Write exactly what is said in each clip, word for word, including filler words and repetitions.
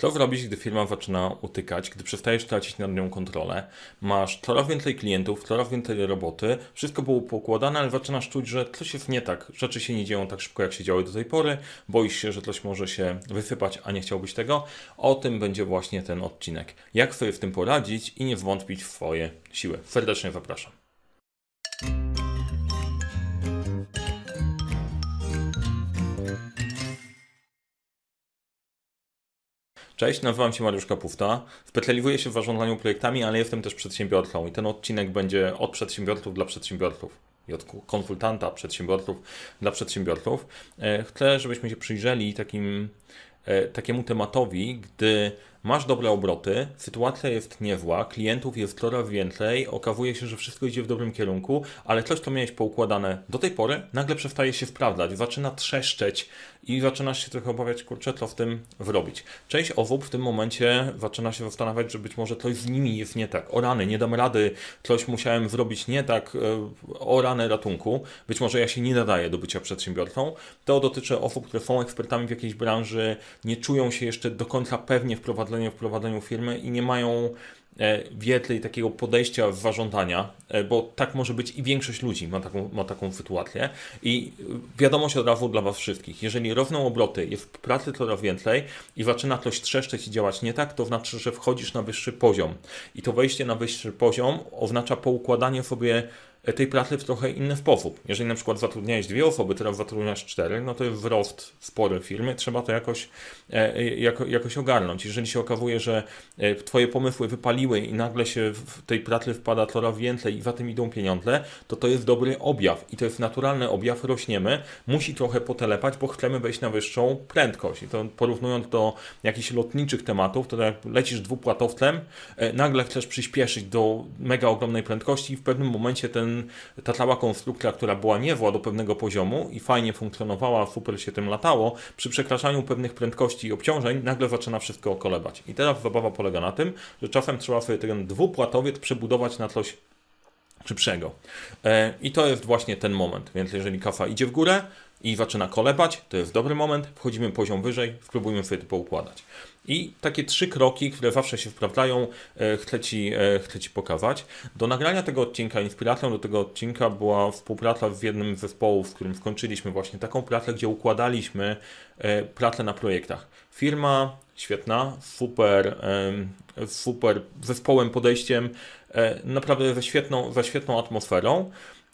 Co zrobić, gdy firma zaczyna utykać, gdy przestajesz tracić nad nią kontrolę, masz coraz więcej klientów, coraz więcej roboty, wszystko było poukładane, ale zaczynasz czuć, że coś jest nie tak, rzeczy się nie dzieją tak szybko, jak się działy do tej pory, boisz się, że coś może się wysypać, a nie chciałbyś tego. O tym będzie właśnie ten odcinek. Jak sobie w tym poradzić i nie zwątpić w swoje siły. Serdecznie zapraszam. Cześć, nazywam się Mariusz Kapufta. Specjalizuję się w zarządzaniu projektami, ale jestem też przedsiębiorcą i ten odcinek będzie od przedsiębiorców dla przedsiębiorców i od konsultanta przedsiębiorców dla przedsiębiorców. Chcę, żebyśmy się przyjrzeli takim, takiemu tematowi, gdy masz dobre obroty, sytuacja jest niezła, klientów jest coraz więcej, okazuje się, że wszystko idzie w dobrym kierunku, ale coś, co miałeś poukładane do tej pory, nagle przestaje się sprawdzać, zaczyna trzeszczeć i zaczynasz się trochę obawiać, kurczę, co w tym zrobić. Część osób w tym momencie zaczyna się zastanawiać, że być może coś z nimi jest nie tak. O rany, nie dam rady, coś musiałem zrobić nie tak, o rany ratunku. Być może ja się nie nadaję do bycia przedsiębiorcą. To dotyczy osób, które są ekspertami w jakiejś branży, nie czują się jeszcze do końca pewnie w prowadzeniu, w prowadzeniu firmy i nie mają wiedzy i takiego podejścia w zarządzania, bo tak może być i większość ludzi ma taką, ma taką sytuację. I wiadomość od razu dla Was wszystkich, jeżeli rosną obroty, jest pracy coraz więcej i zaczyna coś trzeszczeć i działać nie tak, to znaczy, że wchodzisz na wyższy poziom. I to wejście na wyższy poziom oznacza poukładanie sobie tej pracy w trochę inny sposób. Jeżeli na przykład zatrudniałeś dwie osoby, teraz zatrudniasz cztery, no to jest wzrost spory w firmie, trzeba to jakoś, jako, jakoś ogarnąć. Jeżeli się okazuje, że Twoje pomysły wypaliły i nagle się w tej pracy wpada coraz więcej i za tym idą pieniądze, to to jest dobry objaw i to jest naturalny objaw, rośniemy, musi trochę potelepać, bo chcemy wejść na wyższą prędkość. I to porównując do jakichś lotniczych tematów, to jak lecisz dwupłatowcem, nagle chcesz przyspieszyć do mega ogromnej prędkości i w pewnym momencie ten ta cała konstrukcja, która była niezła do pewnego poziomu i fajnie funkcjonowała, super się tym latało, przy przekraczaniu pewnych prędkości i obciążeń nagle zaczyna wszystko okolewać. I teraz zabawa polega na tym, że czasem trzeba sobie ten dwupłatowiec przebudować na coś szybszego. I to jest właśnie ten moment. Więc jeżeli kafa idzie w górę i zaczyna kolebać, to jest dobry moment, wchodzimy poziom wyżej, spróbujmy sobie to poukładać. I takie trzy kroki, które zawsze się sprawdzają, chcę Ci, chcę Ci pokazać. Do nagrania tego odcinka, inspiracją do tego odcinka była współpraca z jednym z zespołów, z którym skończyliśmy właśnie taką pracę, gdzie układaliśmy pracę na projektach. Firma świetna, super, super zespołem, podejściem, naprawdę ze świetną, ze świetną atmosferą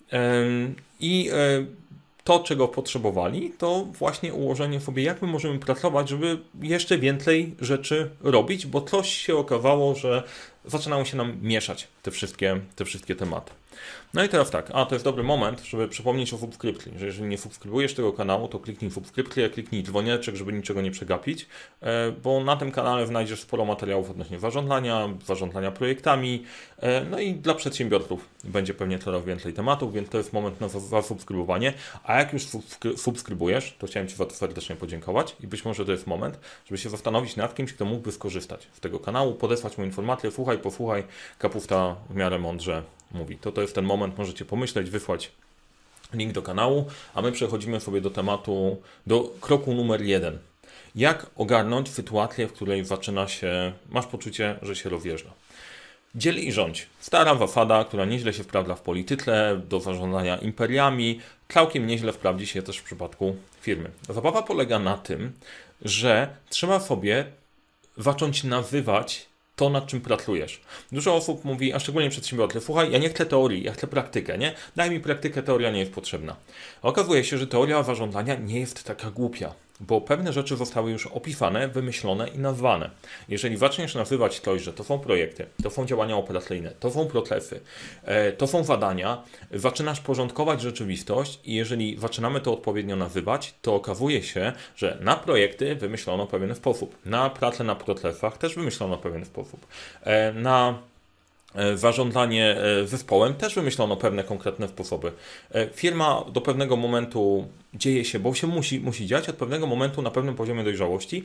i to, czego potrzebowali, to właśnie ułożenie sobie, jak my możemy pracować, żeby jeszcze więcej rzeczy robić, bo coś się okazało, że zaczynają się nam mieszać te wszystkie, te wszystkie tematy. No i teraz tak, a to jest dobry moment, żeby przypomnieć o subskrypcji, że jeżeli nie subskrybujesz tego kanału, to kliknij subskrypcję, kliknij dzwoneczek, żeby niczego nie przegapić, bo na tym kanale znajdziesz sporo materiałów odnośnie zarządzania, zarządzania projektami, no i dla przedsiębiorców będzie pewnie coraz więcej tematów, więc to jest moment na zasubskrybowanie, a jak już subskrybujesz, to chciałem Ci za to serdecznie podziękować i być może to jest moment, żeby się zastanowić nad kimś, kto mógłby skorzystać z tego kanału, podesłać mu informację, słuchaj, posłuchaj, Kapufta w miarę mądrze mówi. To to jest ten moment, możecie pomyśleć, wysłać link do kanału, a my przechodzimy sobie do tematu, do kroku numer jeden. Jak ogarnąć sytuację, w której zaczyna się, masz poczucie, że się rozjeżdża. Dziel i rządź. Stara zasada, która nieźle się sprawdza w polityce, do zarządzania imperiami, całkiem nieźle sprawdzi się też w przypadku firmy. Zabawa polega na tym, że trzeba sobie zacząć nazywać to, nad czym pracujesz. Dużo osób mówi, a szczególnie przedsiębiorcy, słuchaj, ja nie chcę teorii, ja chcę praktykę, nie? Daj mi praktykę, teoria nie jest potrzebna. A okazuje się, że teoria zarządzania nie jest taka głupia, bo pewne rzeczy zostały już opisane, wymyślone i nazwane. Jeżeli zaczniesz nazywać coś, że to są projekty, to są działania operacyjne, to są procesy, to są zadania, zaczynasz porządkować rzeczywistość i jeżeli zaczynamy to odpowiednio nazywać, to okazuje się, że na projekty wymyślono pewien sposób, na pracę na procesach też wymyślono pewien sposób, na zarządzanie zespołem też wymyślono pewne konkretne sposoby. Firma do pewnego momentu dzieje się, bo się musi, musi dziać, od pewnego momentu na pewnym poziomie dojrzałości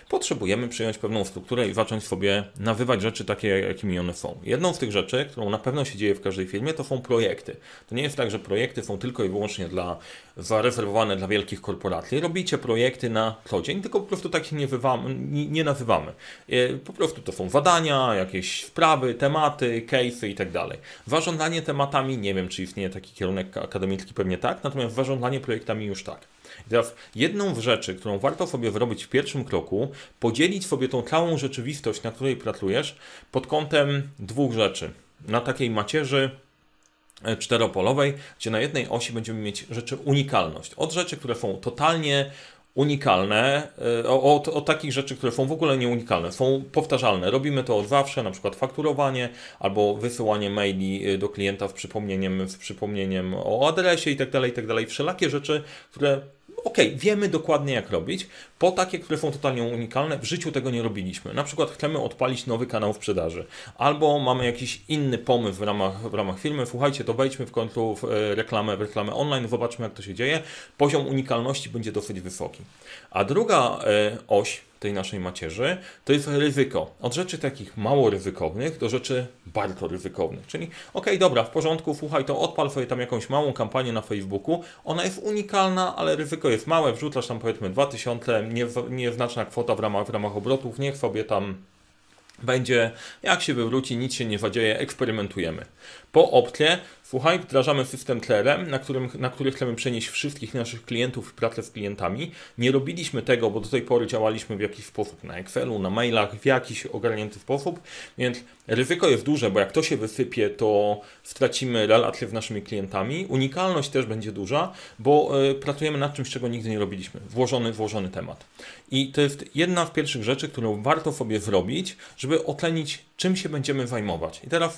potrzebujemy przyjąć pewną strukturę i zacząć sobie nazywać rzeczy takie, jakimi one są. Jedną z tych rzeczy, którą na pewno się dzieje w każdej firmie, to są projekty. To nie jest tak, że projekty są tylko i wyłącznie dla, zarezerwowane dla wielkich korporacji. Robicie projekty na co dzień, tylko po prostu tak się nie, wywamy, nie, nie nazywamy. Po prostu to są zadania, jakieś sprawy, tematy, case'y i tak dalej. Zarządzanie tematami, nie wiem, czy istnieje taki kierunek akademicki, pewnie tak, natomiast zarządzanie projektami już tak. I teraz jedną z rzeczy, którą warto sobie zrobić w pierwszym kroku, podzielić sobie tą całą rzeczywistość, na której pracujesz, pod kątem dwóch rzeczy. Na takiej macierzy czteropolowej, gdzie na jednej osi będziemy mieć rzeczy unikalność. Od rzeczy, które są totalnie unikalne, od, od takich rzeczy, które są w ogóle nieunikalne, są powtarzalne. Robimy to od zawsze, na przykład fakturowanie albo wysyłanie maili do klienta z przypomnieniem, z przypomnieniem o adresie i tak dalej, i tak dalej. Wszelakie rzeczy, które ok, wiemy dokładnie jak robić, po takie, które są totalnie unikalne, w życiu tego nie robiliśmy. Na przykład chcemy odpalić nowy kanał sprzedaży, albo mamy jakiś inny pomysł w ramach, w ramach firmy, słuchajcie, to wejdźmy w końcu w reklamę, w reklamę online, zobaczmy jak to się dzieje, poziom unikalności będzie dosyć wysoki. A druga e, oś tej naszej macierzy to jest ryzyko. Od rzeczy takich mało ryzykownych do rzeczy bardzo ryzykownych. Czyli ok, dobra, w porządku, słuchaj, to odpal sobie tam jakąś małą kampanię na Facebooku, ona jest unikalna, ale ryzyko jest małe, wrzucasz tam powiedzmy dwa tysiące, nieznaczna kwota w ramach, w ramach obrotów, niech sobie tam będzie, jak się wywróci, nic się nie zadzieje, eksperymentujemy. Po opcie, słuchaj, wdrażamy system C R M, na, którym, na który chcemy przenieść wszystkich naszych klientów w pracę z klientami. Nie robiliśmy tego, bo do tej pory działaliśmy w jakiś sposób na Excelu, na mailach, w jakiś ogarnięty sposób, więc ryzyko jest duże, bo jak to się wysypie, to stracimy relacje z naszymi klientami. Unikalność też będzie duża, bo y, pracujemy nad czymś, czego nigdy nie robiliśmy. Włożony, włożony temat. I to jest jedna z pierwszych rzeczy, którą warto sobie zrobić, żeby ocenić, czym się będziemy zajmować. I teraz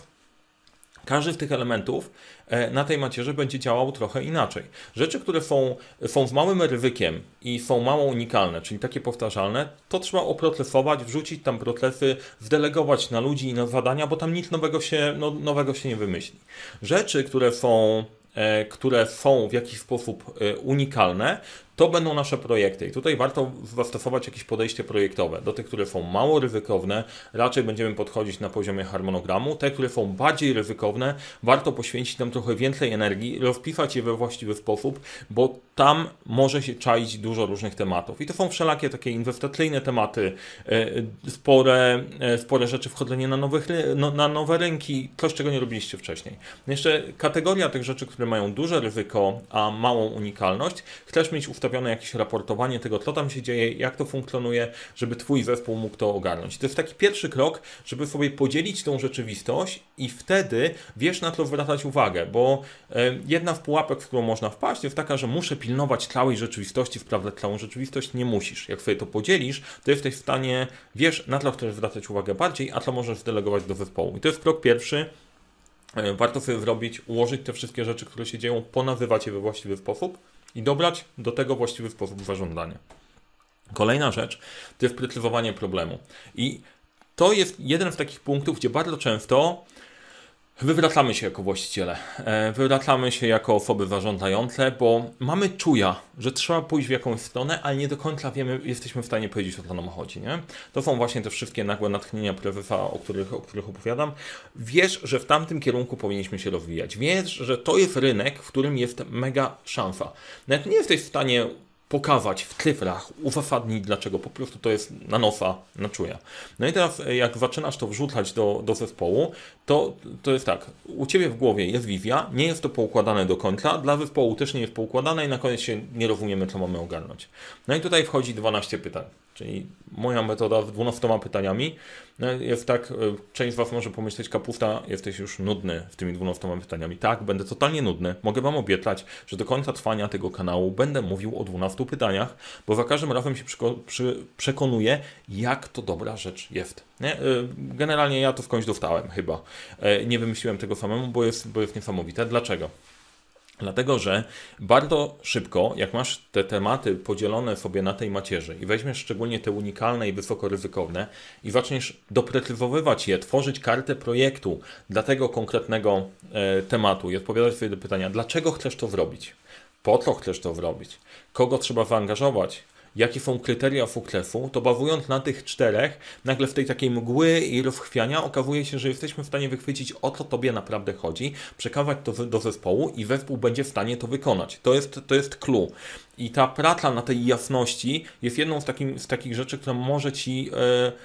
każdy z tych elementów na tej macierzy będzie działał trochę inaczej. Rzeczy, które są, są z małym ryzykiem i są mało unikalne, czyli takie powtarzalne, to trzeba oprocesować, wrzucić tam procesy, zdelegować na ludzi i na zadania, bo tam nic nowego się, no, nowego się nie wymyśli. Rzeczy, które są które są w jakiś sposób unikalne, to będą nasze projekty. I tutaj warto zastosować jakieś podejście projektowe. Do tych, które są mało ryzykowne, raczej będziemy podchodzić na poziomie harmonogramu. Te, które są bardziej ryzykowne, warto poświęcić nam trochę więcej energii, rozpisać je we właściwy sposób, bo tam może się czaić dużo różnych tematów. I to są wszelakie takie inwestycyjne tematy, spore, spore rzeczy, wchodzenie na, nowych, na nowe rynki, coś, czego nie robiliście wcześniej. Jeszcze kategoria tych rzeczy, które mają duże ryzyko, a małą unikalność, chcesz mieć ustawione jakieś raportowanie tego, co tam się dzieje, jak to funkcjonuje, żeby Twój zespół mógł to ogarnąć. To jest taki pierwszy krok, żeby sobie podzielić tą rzeczywistość i wtedy wiesz, na co zwracać uwagę, bo jedna z pułapek, w którą można wpaść, jest taka, że muszę pilnować całej rzeczywistości, sprawdzać całą rzeczywistość. Nie musisz. Jak sobie to podzielisz, to jesteś w stanie, wiesz, na co chcesz zwracać uwagę bardziej, a co możesz zdelegować do zespołu. I to jest krok pierwszy. Warto sobie zrobić, ułożyć te wszystkie rzeczy, które się dzieją, ponazywać je we właściwy sposób i dobrać do tego właściwy sposób zarządzania. Kolejna rzecz to jest precyzowanie problemu. I to jest jeden z takich punktów, gdzie bardzo często wywracamy się jako właściciele, wywracamy się jako osoby zarządzające, bo mamy czuja, że trzeba pójść w jakąś stronę, ale nie do końca wiemy, jesteśmy w stanie powiedzieć, o co nam chodzi. Nie? To są właśnie te wszystkie nagłe natchnienia prezesa, o których, o których opowiadam. Wiesz, że w tamtym kierunku powinniśmy się rozwijać. Wiesz, że to jest rynek, w którym jest mega szansa. Nawet nie jesteś w stanie pokazać w cyfrach, uzasadnić dlaczego, po prostu to jest na nosa, na czuja. No i teraz jak zaczynasz to wrzucać do, do zespołu, to, to jest tak, u Ciebie w głowie jest wizja, nie jest to poukładane do końca, dla zespołu też nie jest poukładane i na koniec się nie rozumiemy, co mamy ogarnąć. No i tutaj wchodzi dwanaście pytań, czyli moja metoda z dwunastoma pytaniami jest tak, część z Was może pomyśleć, kapusta, jesteś już nudny z tymi dwunastoma pytaniami. Tak, będę totalnie nudny. Mogę Wam obiecać, że do końca trwania tego kanału będę mówił o dwunastu pytaniach, bo za każdym razem się przekonuję, jak to dobra rzecz jest. Nie? Generalnie ja to skądś dostałem chyba. Nie wymyśliłem tego samemu, bo jest, bo jest niesamowite. Dlaczego? Dlatego, że bardzo szybko, jak masz te tematy podzielone sobie na tej macierzy i weźmiesz szczególnie te unikalne i wysokoryzykowne i zaczniesz doprecyzowywać je, tworzyć kartę projektu dla tego konkretnego e, tematu i odpowiadać sobie do pytania, dlaczego chcesz to zrobić, po co chcesz to zrobić, kogo trzeba zaangażować, jakie są kryteria fuklefu, to bazując na tych czterech, nagle w tej takiej mgły i rozchwiania okazuje się, że jesteśmy w stanie wychwycić, o co tobie naprawdę chodzi, przekazać to do zespołu i zespół będzie w stanie to wykonać. To jest, to jest clue. I ta praca na tej jasności jest jedną z, takim, z takich rzeczy, która może ci yy,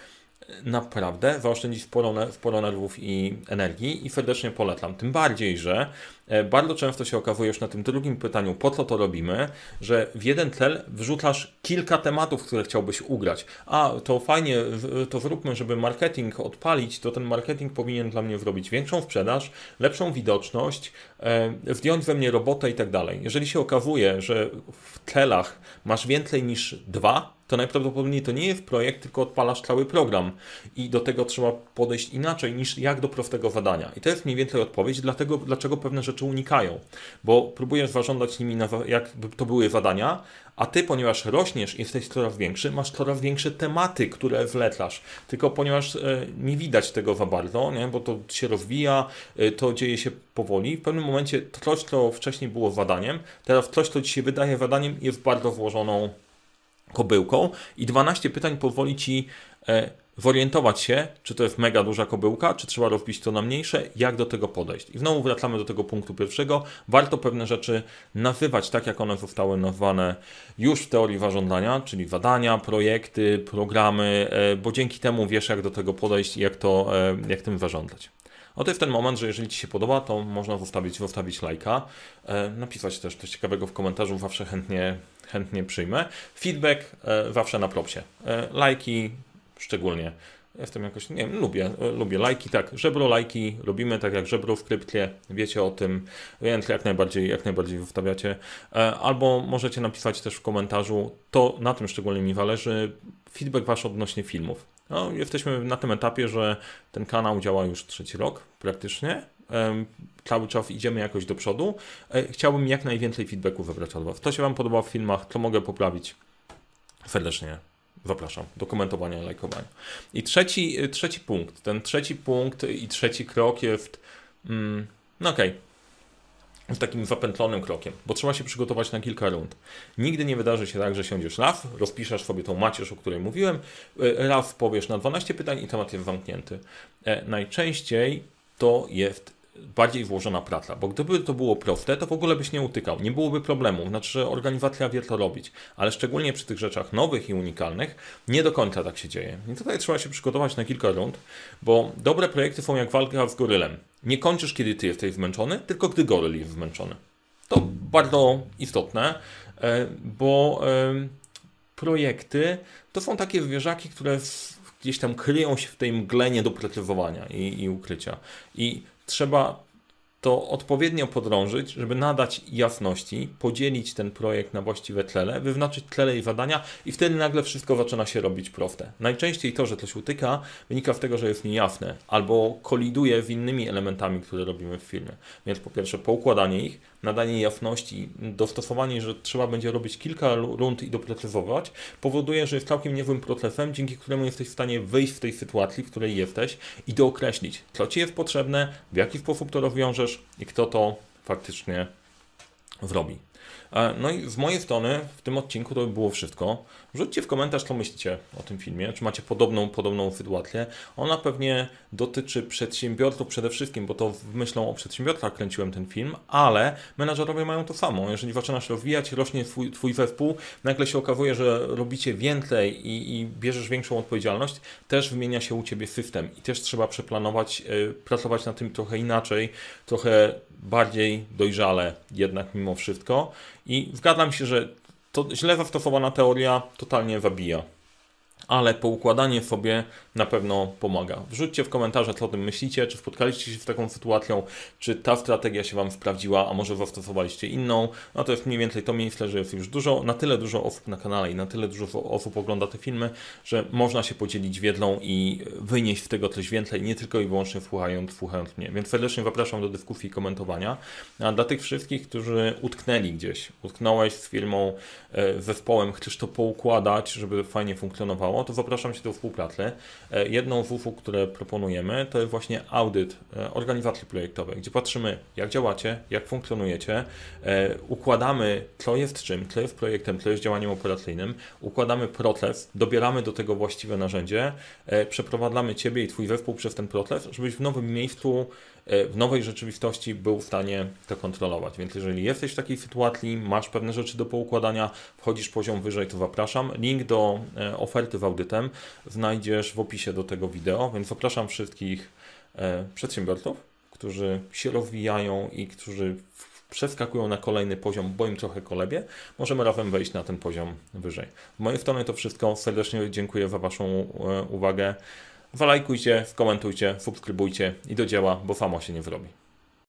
naprawdę zaoszczędzić sporo, sporo nerwów i energii i serdecznie polecam. Tym bardziej, że bardzo często się okazuje już na tym drugim pytaniu, po co to robimy, że w jeden cel wrzucasz kilka tematów, które chciałbyś ugrać. A, to fajnie, to zróbmy, żeby marketing odpalić, to ten marketing powinien dla mnie zrobić większą sprzedaż, lepszą widoczność, zdjąć ze mnie robotę i tak dalej. Jeżeli się okazuje, że w celach masz więcej niż dwa, to najprawdopodobniej to nie jest projekt, tylko odpalasz cały program i do tego trzeba podejść inaczej niż jak do prostego zadania. I to jest mniej więcej odpowiedź, dlatego, dlaczego pewne rzeczy unikają, bo próbujesz zarządzać nimi, na, jakby to były zadania, a ty, ponieważ rośniesz i jesteś coraz większy, masz coraz większe tematy, które wlecasz, tylko ponieważ e, nie widać tego za bardzo, nie? Bo to się rozwija, e, to dzieje się powoli, w pewnym momencie coś, co wcześniej było zadaniem, teraz coś, co ci się wydaje zadaniem, jest bardzo włożoną kobyłką i dwanaście pytań pozwoli ci e, zorientować się, czy to jest mega duża kobyłka, czy trzeba rozbić to na mniejsze, jak do tego podejść. I znowu wracamy do tego punktu pierwszego. Warto pewne rzeczy nazywać tak, jak one zostały nazwane już w teorii zarządzania, czyli zadania, projekty, programy, e, bo dzięki temu wiesz, jak do tego podejść i jak, to, e, jak tym zarządzać. O, to jest ten moment, że jeżeli Ci się podoba, to można zostawić, zostawić lajka, e, napisać też coś ciekawego w komentarzu, zawsze chętnie, chętnie przyjmę. Feedback e, zawsze na propsie. E, lajki szczególnie. Jestem jakoś, nie wiem, lubię, e, lubię lajki, tak, żebro lajki robimy, tak jak żebro w krypcie, wiecie o tym, więc jak najbardziej, jak najbardziej zostawiacie. E, albo możecie napisać też w komentarzu, to na tym szczególnie mi zależy, feedback Wasz odnośnie filmów. No, jesteśmy na tym etapie, że ten kanał działa już trzeci rok praktycznie. Um, cały czas idziemy jakoś do przodu. E, chciałbym jak najwięcej feedbacku wybrać od Was. Co się Wam podoba w filmach, co mogę poprawić? Serdecznie zapraszam do komentowania, lajkowania. I trzeci, trzeci punkt. Ten trzeci punkt i trzeci krok jest... Mm, no okej. Okay. Z takim zapętlonym krokiem, bo trzeba się przygotować na kilka rund. Nigdy nie wydarzy się tak, że siądziesz raz, rozpiszesz sobie tą macierz, o której mówiłem, raz powiesz na dwanaście pytań i temat jest zamknięty. E, najczęściej to jest bardziej włożona praca, bo gdyby to było proste, to w ogóle byś nie utykał, nie byłoby problemu, znaczy, że organizacja wie to robić, ale szczególnie przy tych rzeczach nowych i unikalnych nie do końca tak się dzieje. I tutaj trzeba się przygotować na kilka rund, bo dobre projekty są jak walka z gorylem. Nie kończysz, kiedy ty jesteś zmęczony, tylko gdy goryl jest zmęczony. To bardzo istotne, bo projekty to są takie zwierzaki, które gdzieś tam kryją się w tej mgle niedoprecyzowania i, i ukrycia. I trzeba to odpowiednio podrążyć, żeby nadać jasności, podzielić ten projekt na właściwe cele, wyznaczyć cele i zadania i wtedy nagle wszystko zaczyna się robić proste. Najczęściej to, że coś utyka, wynika z tego, że jest niejasne albo koliduje z innymi elementami, które robimy w filmie. Więc po pierwsze poukładanie ich, nadanie jasności, dostosowanie, że trzeba będzie robić kilka rund i doprecyzować, powoduje, że jest całkiem niezłym procesem, dzięki któremu jesteś w stanie wyjść z tej sytuacji, w której jesteś i dookreślić, co Ci jest potrzebne, w jaki sposób to rozwiążesz i kto to faktycznie zrobi. No i z mojej strony w tym odcinku to by było wszystko. Wrzućcie w komentarz, co myślicie o tym filmie, czy macie podobną, podobną sytuację. Ona pewnie dotyczy przedsiębiorców przede wszystkim, bo to myślą o przedsiębiorcach kręciłem ten film, ale menadżerowie mają to samo. Jeżeli zaczynasz rozwijać, rośnie twój, twój zespół, nagle się okazuje, że robicie więcej i, i bierzesz większą odpowiedzialność, też wymienia się u Ciebie system i też trzeba przeplanować, yy, pracować nad tym trochę inaczej, trochę bardziej dojrzale jednak mimo wszystko. I zgadzam się, że to źle zastosowana teoria totalnie zabija. Ale poukładanie sobie na pewno pomaga. Wrzućcie w komentarze, co o tym myślicie, czy spotkaliście się z taką sytuacją, czy ta strategia się Wam sprawdziła, a może zastosowaliście inną. No to jest mniej więcej to miejsce, że jest już dużo, na tyle dużo osób na kanale i na tyle dużo osób ogląda te filmy, że można się podzielić wiedzą i wynieść z tego coś więcej, nie tylko i wyłącznie słuchając, słuchając mnie. Więc serdecznie zapraszam do dyskusji i komentowania. A dla tych wszystkich, którzy utknęli gdzieś, utknąłeś z firmą, zespołem, chcesz to poukładać, żeby fajnie funkcjonowało, podobało, to zapraszam Cię do współpracy. Jedną z usług, które proponujemy, to jest właśnie audyt organizacji projektowej, gdzie patrzymy, jak działacie, jak funkcjonujecie, układamy, co jest czym, co jest projektem, co jest działaniem operacyjnym, układamy proces, dobieramy do tego właściwe narzędzie, przeprowadzamy Ciebie i Twój zespół przez ten proces, żebyś w nowym miejscu, w nowej rzeczywistości był w stanie to kontrolować. Więc jeżeli jesteś w takiej sytuacji, masz pewne rzeczy do poukładania, wchodzisz poziom wyżej, to zapraszam. Link do oferty z audytem znajdziesz w opisie do tego wideo, więc zapraszam wszystkich przedsiębiorców, którzy się rozwijają i którzy przeskakują na kolejny poziom, bo im trochę kolebie, możemy razem wejść na ten poziom wyżej. Z mojej strony to wszystko. Serdecznie dziękuję za Waszą uwagę. Zalajkujcie, skomentujcie, subskrybujcie i do dzieła, bo samo się nie zrobi.